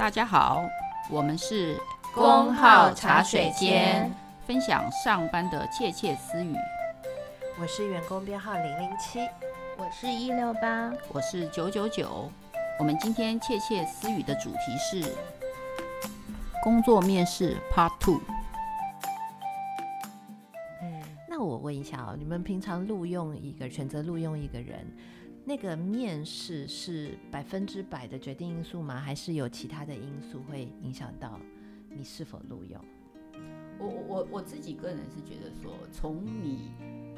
大家好，我们是工号茶水间， 分享上班的窃窃私语。 我是员工编号007， 我是168， 我是999。我们今天窃窃私语的主题是工作面试 Part 2。 那我问一下你们平常选择录用一个人，那个面试是100%的决定因素吗？还是有其他的因素会影响到你是否录用？ 我自己个人是觉得说，从你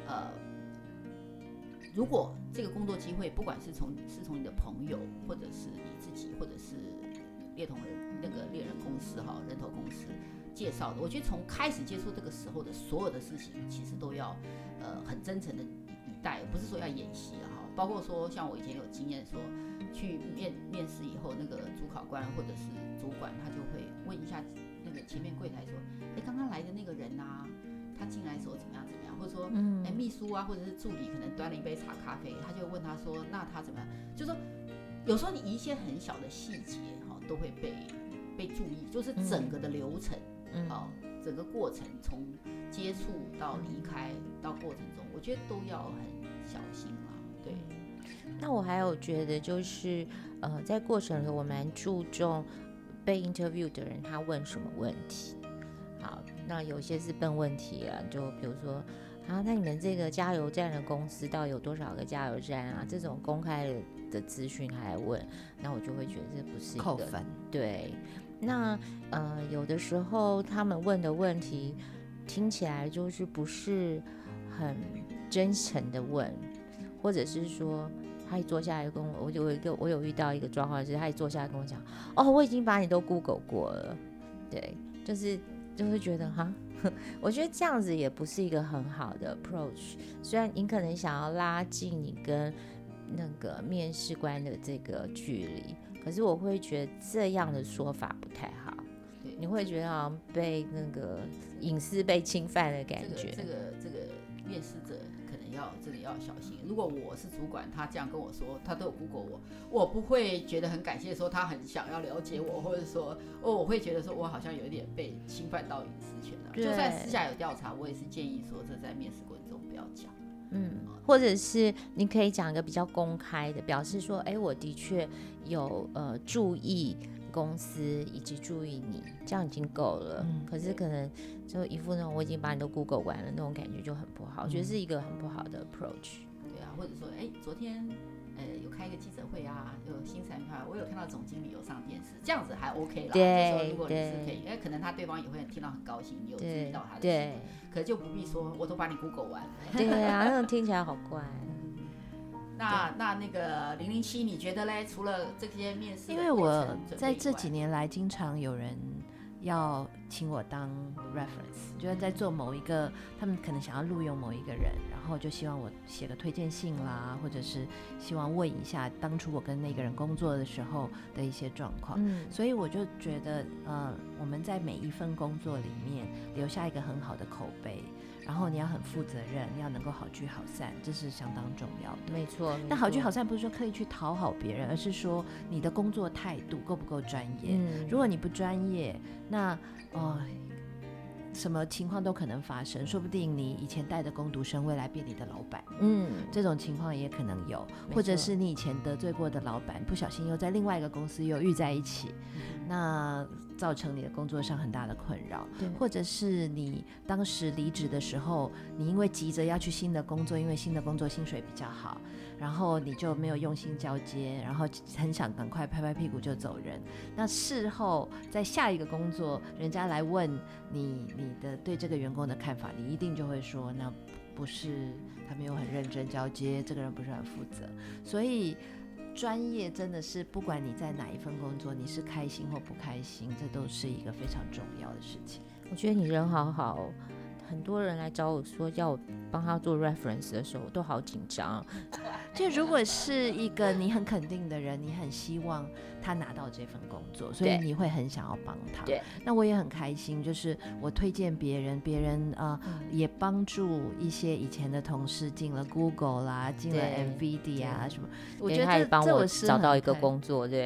如果这个工作机会，不管是从你的朋友，或者是你自己，或者是猎人公司人头公司介绍的，我觉得从开始接触这个时候的所有的事情，其实都要很真诚的语带，不是说要演戏包括说像我以前有经验说，去面试以后，那个主考官或者是主管，他就会问一下那个前面柜台说，刚刚来的那个人啊，他进来的时候怎么样，或者说秘书啊或者是助理可能端了一杯茶咖啡，他就问他说，那他怎么样，就是说有时候你一些很小的细节都会被注意，就是整个的流程整个过程从接触到离开到过程中，我觉得都要很小心对。 那我还有觉得就是在过程里我蛮注重被 interview 的人他问什么问题。好，那有些是笨问题就比如说那你们这个加油站的公司到底有多少个加油站啊？这种公开的资讯还问，那我就会觉得这不是一个扣分。 对，那有的时候他们问的问题听起来就是不是很真诚的问，或者是说他一坐下来跟我有遇到一个状况，是他一坐下来跟我讲，我已经把你都 Google 过了。对，就会觉得我觉得这样子也不是一个很好的 approach。虽然你可能想要拉近你跟那个面试官的这个距离，可是我会觉得这样的说法不太好，你会觉得好像被那个隐私被侵犯的感觉。 这个面试者可能真的要小心。如果我是主管，他这样跟我说，他都有 Google 我不会觉得很感谢，说他很想要了解我，或者说我会觉得说我好像有一点被侵犯到隐私权就算私下有调查，我也是建议说这在面试过程中不要讲。 或者是你可以讲一个比较公开的，表示说我的确有注意公司以及注意你，这样已经够了。可是可能就一副那种我已经把你都 Google 完了那种感觉就很不好，我觉得是一个很不好的 approach。 对或者说昨天有开一个记者会有新产品我有看到总经理有上电视，这样子还 OK 啦。 对， 就是说如果你是可以，可能对方也会听到很高兴，你有注意到他的行为，可就不必说我都把你 Google 完了。 对那种听起来好怪。 那个007，你觉得嘞？除了这些面试的过程， 因为我在这几年来，经常有人要请我当 reference， 就是在做某一个，他们可能想要录用某一个人，然后就希望我写个推荐信啦，或者是希望问一下当初我跟那个人工作的时候的一些状况。所以我就觉得我们在每一份工作里面留下一个很好的口碑，然后你要很负责任，你要能够好聚好散，这是相当重要的。 没错。 但好聚好散不是说刻意去讨好别人，而是说你的工作态度够不够专业。如果你不专业，那什么情况都可能发生，说不定你以前带的工读生未来变你的老板。这种情况也可能有，或者是你以前得罪过的老板不小心又在另外一个公司又遇在一起，那造成你的工作上很大的困扰。或者是你当时离职的时候，你因为急着要去新的工作，因为新的工作薪水比较好，然后你就没有用心交接，然后很想赶快拍拍屁股就走人。那事后在下一个工作人家来问你的对这个员工的看法，你一定就会说那不是他没有很认真交接，这个人不是很负责。所以专业真的是不管你在哪一份工作，你是开心或不开心，这都是一个非常重要的事情。 我觉得你人好好很多人来找我说要我帮他做 reference 的时候，我都好紧张。 就如果是一个你很肯定的人，你很希望他拿到这份工作，所以你会很想要帮他。 对， 那我也很开心，就是我推荐别人也帮助一些以前的同事进了 Google 啦，进了 NVIDIA 什么。我觉得他也帮我找到一个工作。对，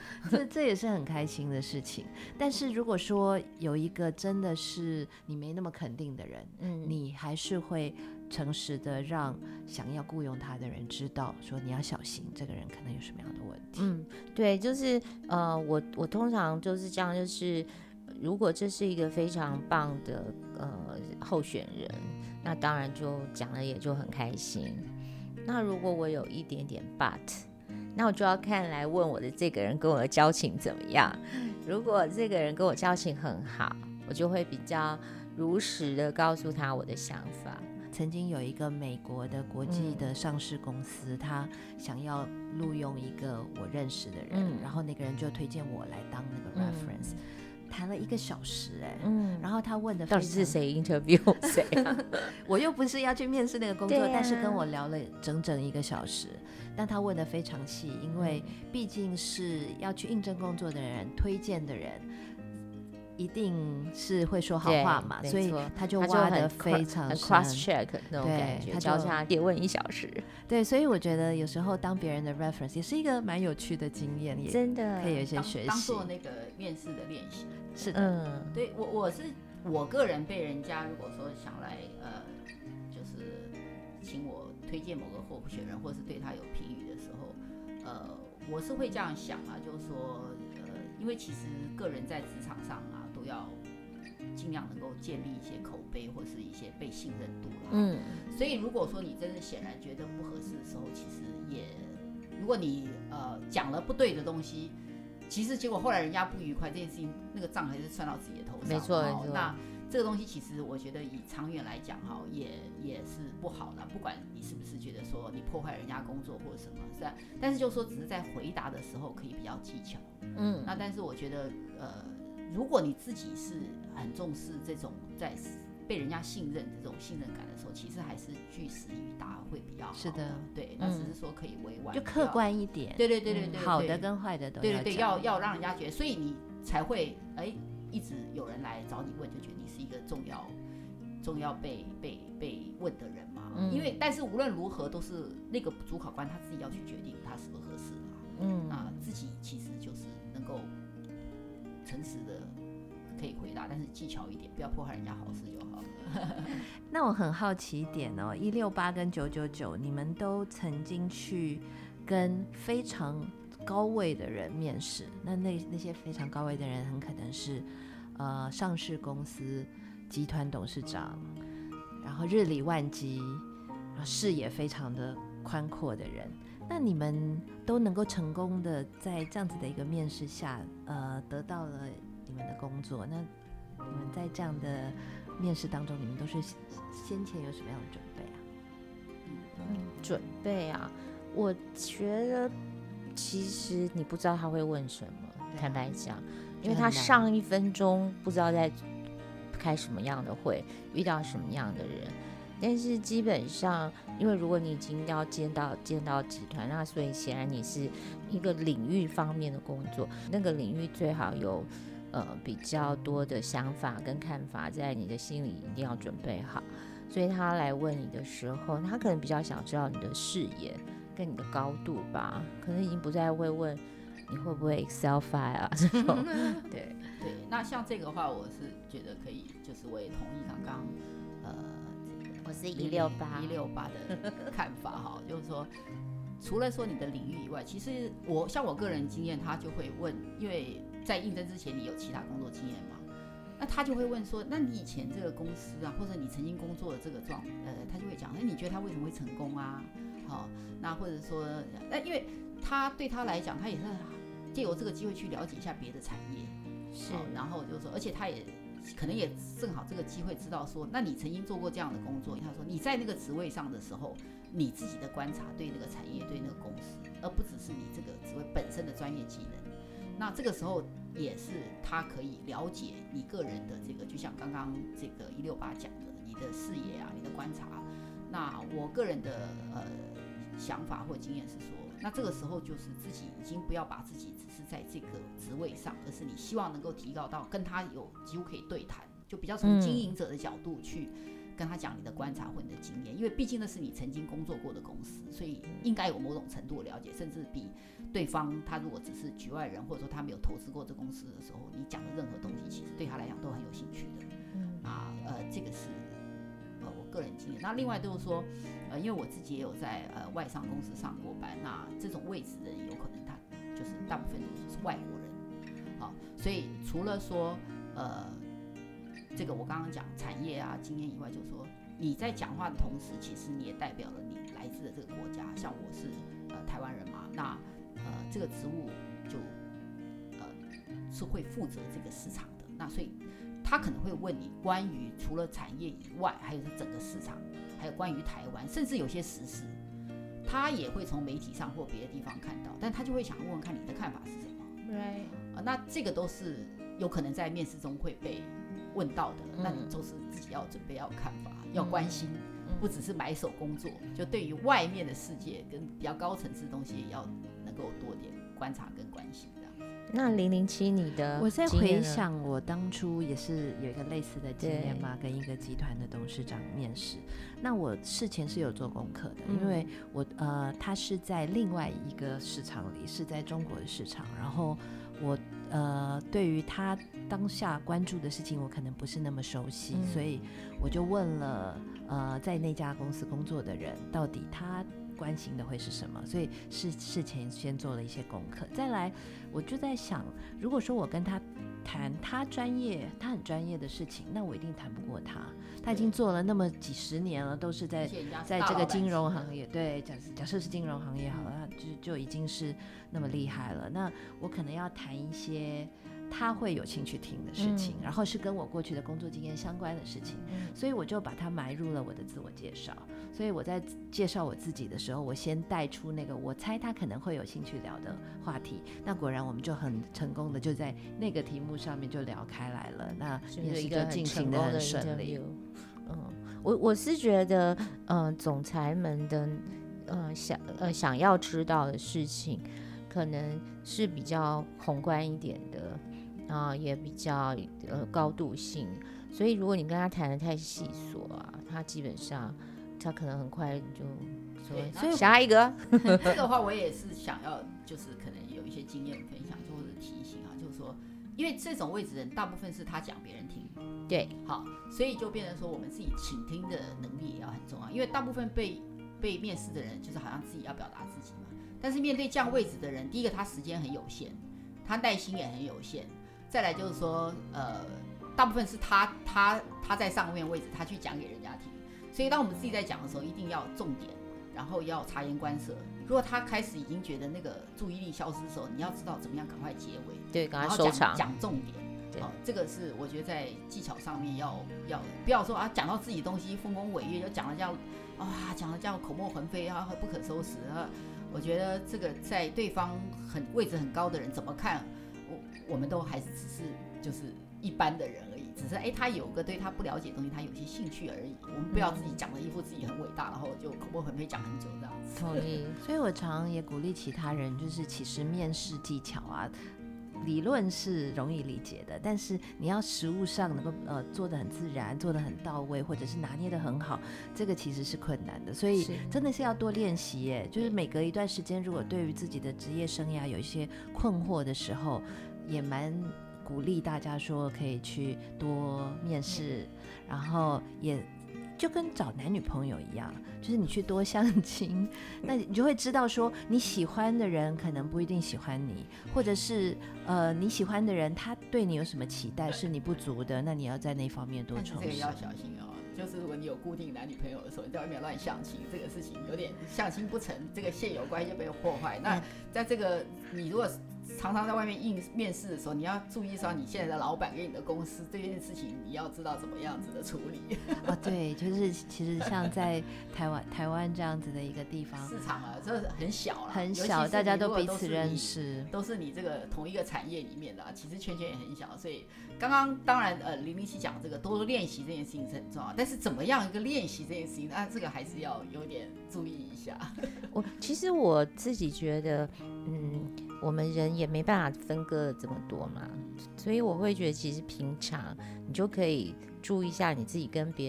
这也是很开心的事情。但是如果说有一个真的是你没那么肯定的人，你还是会诚实的让想要雇佣他的人知道，说你要小心这个人可能有什么样的问题。 对，就是我通常就是这样，就是如果这是一个非常棒的候选人，那当然就讲了也就很开心。那如果我有一点点 but， 那我就要看来问我的这个人跟我的交情怎么样。如果这个人跟我交情很好，我就会比较如实的告诉他我的想法。 曾经有一个美国的国际的上市公司，他想要录用一个我认识的人，然后那个人就推荐我来当那个 reference，谈了1个小时然后他问的到底是谁 interview 谁啊？ 我又不是要去面试那个工作，但是跟我聊了整整1个小时。但他问的非常细，因为毕竟是要去应征工作的人，推荐的人一定是会说好话嘛，所以他就挖得非常深， 很 cross check 那种感觉，交叉叠问1小时。 对，所以我觉得有时候当别人的 reference 也是一个蛮有趣的经验，也真的可以有一些学习， 当做那个面试的练习。 是的， 对，我个人被人家如果说想来就是请我推荐某个候选人，或是对他有评语的时候，我是会这样想啊，就是说因为其实个人在职场上啊，都要尽量能够建立一些口碑或是一些被信任度啦。所以如果说你真的显然觉得不合适的时候，其实也如果你讲了不对的东西，其实结果后来人家不愉快，这件事情那个账还是算到自己的头上。 没错没错。 那这个东西其实我觉得以长远来讲哈，也是不好的。不管你是不是觉得说你破坏人家工作或者什么，是吧？但是就说只是在回答的时候可以比较技巧。那但是我觉得如果你自己是很重视这种在被人家信任这种信任感的时候，其实还是据实以答会比较好。 是的， 对，那只是说可以委婉， 就客观一点。 对对对对对， 好的跟坏的都要讲。 对对对，要让人家觉得，所以你才会一直有人来找你问，就觉得你是一个重要被问的人嘛。因为但是无论如何都是那个主考官他自己要去决定他是不是合适啦。那自己其实就是能够诚实的可以回答，但是技巧一点，不要破坏人家好事就好了。 那我很好奇一点哦，168跟999，你们都曾经去跟非常高位的人面试，那些非常高位的人很可能是上市公司集团董事长，然后日理万机，然后视野非常的宽阔的人。那你们都能够成功的在这样子的一个面试下得到了你们的工作，那你们在这样的面试当中，你们都是先前有什么样的准备啊？ 准备啊，我觉得其实你不知道他会问什么，坦白讲，因为他上1分钟不知道在开什么样的会，遇到什么样的人。但是基本上，因为如果你已经要见到集团，那所以显然你是一个领域方面的工作，那个领域最好有比较多的想法跟看法，在你的心里一定要准备好。所以他来问你的时候，他可能比较想知道你的视野跟你的高度吧，可能已经不再会问你会不会 Excel file 啊这种。对对，那像这个话，我是觉得可以，就是我也同意刚刚我是168 的看法哈，就是说，除了说你的领域以外，其实像我个人经验，他就会问，因为在应征之前你有其他工作经验嘛，那他就会问说，那你以前这个公司啊，或者你曾经工作的这个他就会讲，那你觉得他为什么会成功啊？好，那或者说，因为他对他来讲，他也是借由这个机会去了解一下别的产业， 是， 然后就是说，而且他也可能也正好这个机会知道说，那你曾经做过这样的工作，他说你在那个职位上的时候，你自己的观察对那个产业对那个公司，而不只是你这个职位本身的专业技能。那这个时候也是他可以了解你个人的这个，就像刚刚这个168讲的，你的视野啊，你的观察。那我个人的想法或经验是说，那这个时候就是自己已经不要把自己只是在这个职位上，而是你希望能够提高到跟他有几乎可以对谈，就比较从经营者的角度去跟他讲你的观察或你的经验，因为毕竟那是你曾经工作过的公司，所以应该有某种程度的了解，甚至比对方他如果只是局外人，或者说他没有投资过这公司的时候，你讲的任何东西其实对他来讲都很有兴趣的。这个是我个人经验。那另外就是说，因为我自己也有在外商公司上过班，那这种位置的人有可能他就是大部分都是外国人，好，所以除了说这个我刚刚讲产业啊经验以外，就是说你在讲话的同时，其实你也代表了你来自的这个国家。像我是台湾人嘛，那这个职务就是会负责这个市场的，那所以他可能会问你关于除了产业以外，还有是整个市场，还有关于台湾，甚至有些时事，他也会从媒体上或别的地方看到，但他就会想问问看你的看法是什么。那这个都是有可能在面试中会被问到的，那你就是自己要准备，要有看法，要关心，不只是埋首工作，就对于外面的世界跟比较高层次的东西也要能够多点观察跟关心这样。 那007你的我在回想我当初也是有一个类似的经验嘛，跟一个集团的董事长面试。那我事前是有做功课的，因为我他是在另外一个市场里，是在中国的市场，然后我对于他当下关注的事情我可能不是那么熟悉，所以我就问了在那家公司工作的人，到底他关心的会是什么，所以事前先做了一些功课。再来我就在想，如果说我跟他谈他很专业的事情，那我一定谈不过他。他已经做了那么几十年了，都是在这个金融行业，对，假设是金融行业好了，就已经是那么厉害了。那我可能要谈一些他会有兴趣听的事情，然后是跟我过去的工作经验相关的事情，所以我就把它埋入了我的自我介绍。所以我在介绍我自己的时候，我先带出那个我猜他可能会有兴趣聊的话题，那果然我们就很成功的就在那个题目上面就聊开来了，那面试就进行得很顺利。 我是觉得总裁们的想要知道的事情可能是比较宏观一点的也比较高度性，所以如果你跟他谈得太细琐他基本上他可能很快就说下一个。 这个的话我也是想要就是可能有一些经验分享或者提醒就是说因为这种位置人大部分是他讲别人听， 对， 好，所以就变成说我们自己倾听的能力也要很重要，因为大部分被面试的人就是好像自己要表达自己嘛，但是面对这样位置的人，第一个他时间很有限，他耐心也很有限，再来就是说大部分是他在上面位置他去讲给人家听，所以当我们自己在讲的时候一定要重点，然后要察言观色。如果他开始已经觉得那个注意力消失的时候，你要知道怎么样赶快结尾， 对，赶快收场， 讲重点。这个是我觉得在技巧上面要不要说讲到自己东西丰功伟业，就讲的这样口沫横飞不可收拾我觉得这个在对方位置很高的人怎么看，我们都还是只是就是一般的人而已，只是他有个对他不了解的东西他有些兴趣而已，我们不要自己讲的一副自己很伟大，然后就口沫横飞讲很久这样子。 同意。 所以我常也鼓励其他人，就是其实面试技巧理论是容易理解的，但是你要实务上能够做得很自然，做得很到位，或者是拿捏得很好，这个其实是困难的，所以真的是要多练习耶。就是每隔一段时间，如果对于自己的职业生涯有一些困惑的时候，也蛮鼓励大家说可以去多面试，然后也就跟找男女朋友一样，就是你去多相亲，那你就会知道说你喜欢的人可能不一定喜欢你，或者是你喜欢的人他对你有什么期待是你不足的，那你要在那方面多充实。 这个要小心就是如果你有固定男女朋友的时候，你在外面乱相亲，这个事情有点相亲不成，这个现有关系就被破坏。那在这个你如果常常在外面面试的时候，你要注意到你现在的老板跟你的公司这件事情，你要知道怎么样子的处理。 对，就是其实像在台湾这样子的一个地方， 市场这很小啦， 很小，大家都彼此认识， 都是你这个同一个产业里面的其实圈也很小，所以刚刚当然007讲这个多练习这件事情是很重要，但是怎么样一个练习这件事情，这个还是要有点注意一下。 其实我自己觉得我们人也没办法分割的这么多嘛，所以我会觉得其实平常你就可以注意一下你自己跟别人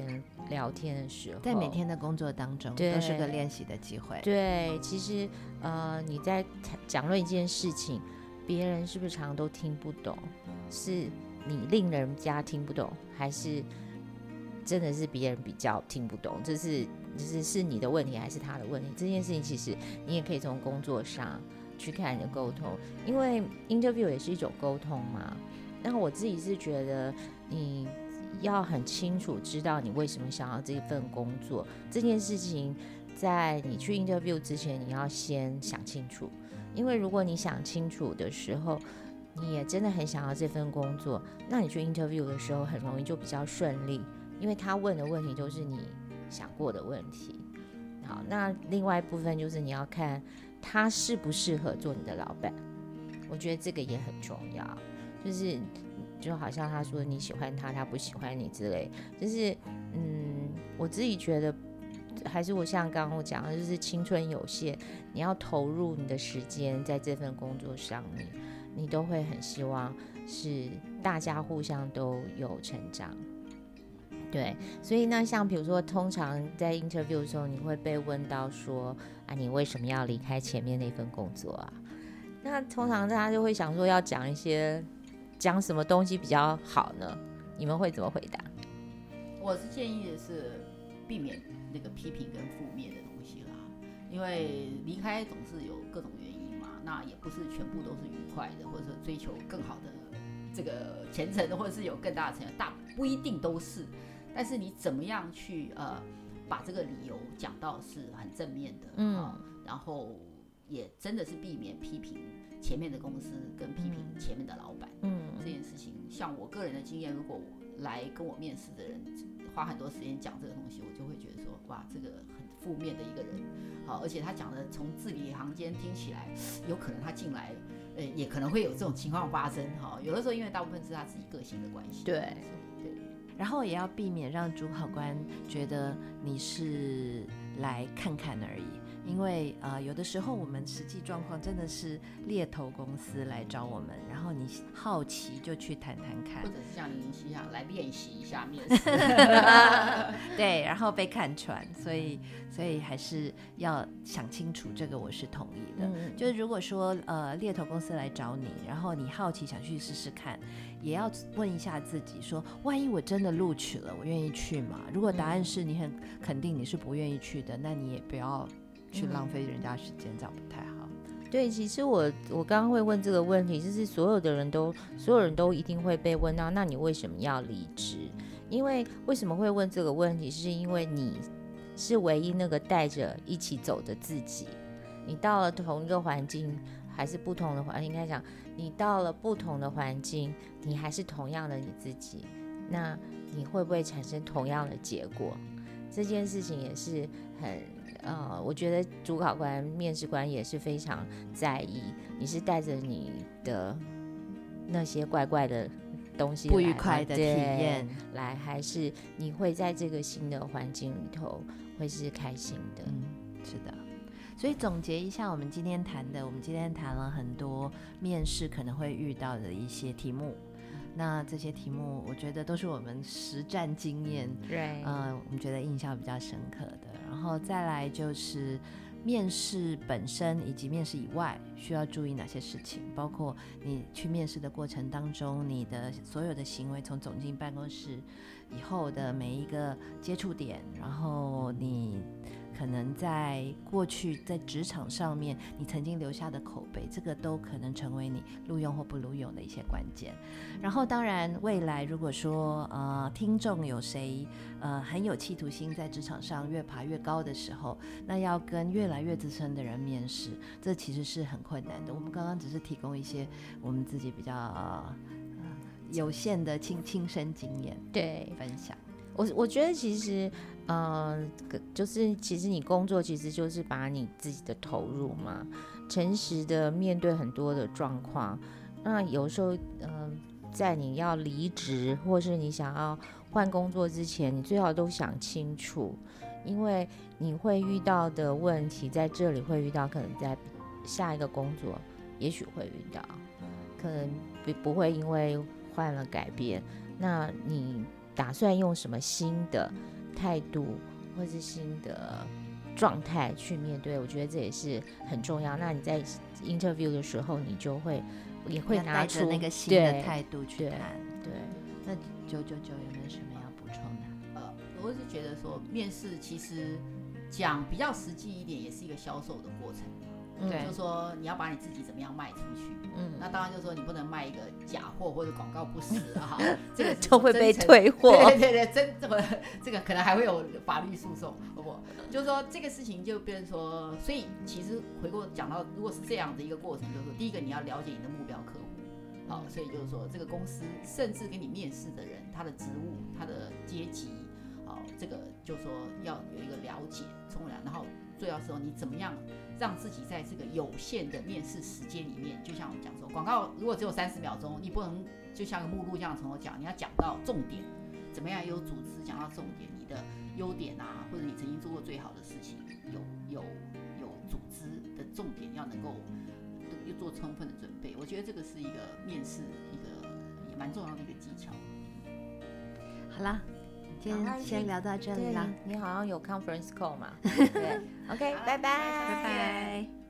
聊天的时候， 在每天的工作当中都是个练习的机会。 对，其实你在讲论一件事情，别人是不是常常都听不懂？是你令人家听不懂，还是真的是别人比较听不懂？这是你的问题还是他的问题？这件事情其实你也可以从工作上去看你的沟通，因为 interview 也是一种沟通嘛。那我自己是觉得你要很清楚知道你为什么想要这份工作，这件事情在你去 interview 之前你要先想清楚，因为如果你想清楚的时候，你也真的很想要这份工作，那你去 interview 的时候很容易就比较顺利，因为他问的问题都是你想过的问题。好，那另外一部分就是你要看他适不适合做你的老板，我觉得这个也很重要，就好像他说你喜欢他，他不喜欢你之类，就是我自己觉得还是我像刚刚我讲的，就是青春有限，你要投入你的时间在这份工作上面，你都会很希望是大家互相都有成长。对，所以呢，像比如说通常在 interview 的时候，你会被问到说啊，你为什么要离开前面那份工作啊？那通常大家就会想说要讲什么东西比较好呢？你们会怎么回答？ 我是建议的是避免那个批评跟负面的东西啦，因为离开总是有各种原因嘛，那也不是全部都是愉快的，或者是追求更好的这个前程的，或者是有更大的成就，不一定都是。但是你怎么样去把这个理由讲到是很正面的，然后也真的是避免批评前面的公司跟批评前面的老板，这件事情，像我个人的经验，如果来跟我面试的人花很多时间讲这个东西，我就会觉得说，哇，这个很负面的一个人，好，而且他讲的从字里行间听起来，有可能他进来，也可能会有这种情况发生，哈，有的时候因为大部分是他自己个性的关系， 对。 然后也要避免让主考官觉得你是来看看而已，因为有的时候我们实际状况真的是猎头公司来找我们，然后你好奇就去谈谈看， 或者是像林夕一样来练习一下面试， 对，然后被看穿，所以还是要想清楚，这个我是同意的。就是如果说猎头公司来找你，然后你好奇想去试试看，也要问一下自己说，万一我真的录取了，我愿意去吗？如果答案是你很肯定你是不愿意去的，那你也不要去浪费人家时间，这样不太好。 对，其实我刚刚会问这个问题，就是所有人都一定会被问到，那你为什么要离职？因为为什么会问这个问题，是因为你是唯一那个带着一起走的自己，你到了同一个环境还是不同的环境，应该讲你到了不同的环境，你还是同样的你自己，那你会不会产生同样的结果？这件事情也是很我觉得主考官、面试官也是非常在意，你是带着你的那些怪怪的东西来， 不愉快的体验来，还是你会在这个新的环境里头会是开心的？ 是的。所以总结一下我们今天谈了很多面试可能会遇到的一些题目，那这些题目我觉得都是我们实战经验， 对， 我们觉得印象比较深刻的。然后再来就是面试本身以及面试以外需要注意哪些事情，包括你去面试的过程当中，你的所有的行为，从走进办公室以后的每一个接触点，然后你可能在过去在职场上面你曾经留下的口碑，这个都可能成为你录用或不录用的一些关键。然后当然未来如果说听众有谁很有企图心，在职场上越爬越高的时候，那要跟越来越资深的人面试，这其实是很困难的。我们刚刚只是提供一些我们自己比较有限的亲身经验对分享。 我觉得其实就是其实你工作其实就是把你自己的投入嘛，诚实的面对很多的状况。那有时候在你要离职或是你想要换工作之前，你最好都想清楚，因为你会遇到的问题在这里会遇到，可能在下一个工作也许会遇到，可能不会因为换了改变。那你打算用什么新的态度或是新的状态去面对，我觉得这也是很重要。那你在 interview 的时候，你就会也会拿出那个新的态度去看。 对， 那999有没有什么要补充的？ 我是觉得说面试其实讲比较实际一点，也是一个销售的过程。就是说你要把你自己怎么样卖出去。那当然就是说你不能卖一个假货或者广告不实啊，这个就会被退货。 对，这个可能还会有法律诉讼，好不好？就是说这个事情就变成说，所以其实回过讲到，如果是这样的一个过程，就是说第一个你要了解你的目标客户，好，所以就是说这个公司甚至给你面试的人，他的职务、他的阶级，好，这个就是说要有一个了解，然后最要是说你怎么样让自己在这个有限的面试时间里面，就像我们讲说，广告如果只有30秒钟，你不能就像个目录这样从头讲，你要讲到重点，怎么样有组织讲到重点，你的优点啊，或者你曾经做过最好的事情，有组织的重点要能够做充分的准备。我觉得这个是一个面试一个也蛮重要的一个技巧。 好啦，今天先聊到这里啦。 你好像有 conference call 嘛？对 ，OK， 拜拜， 拜拜。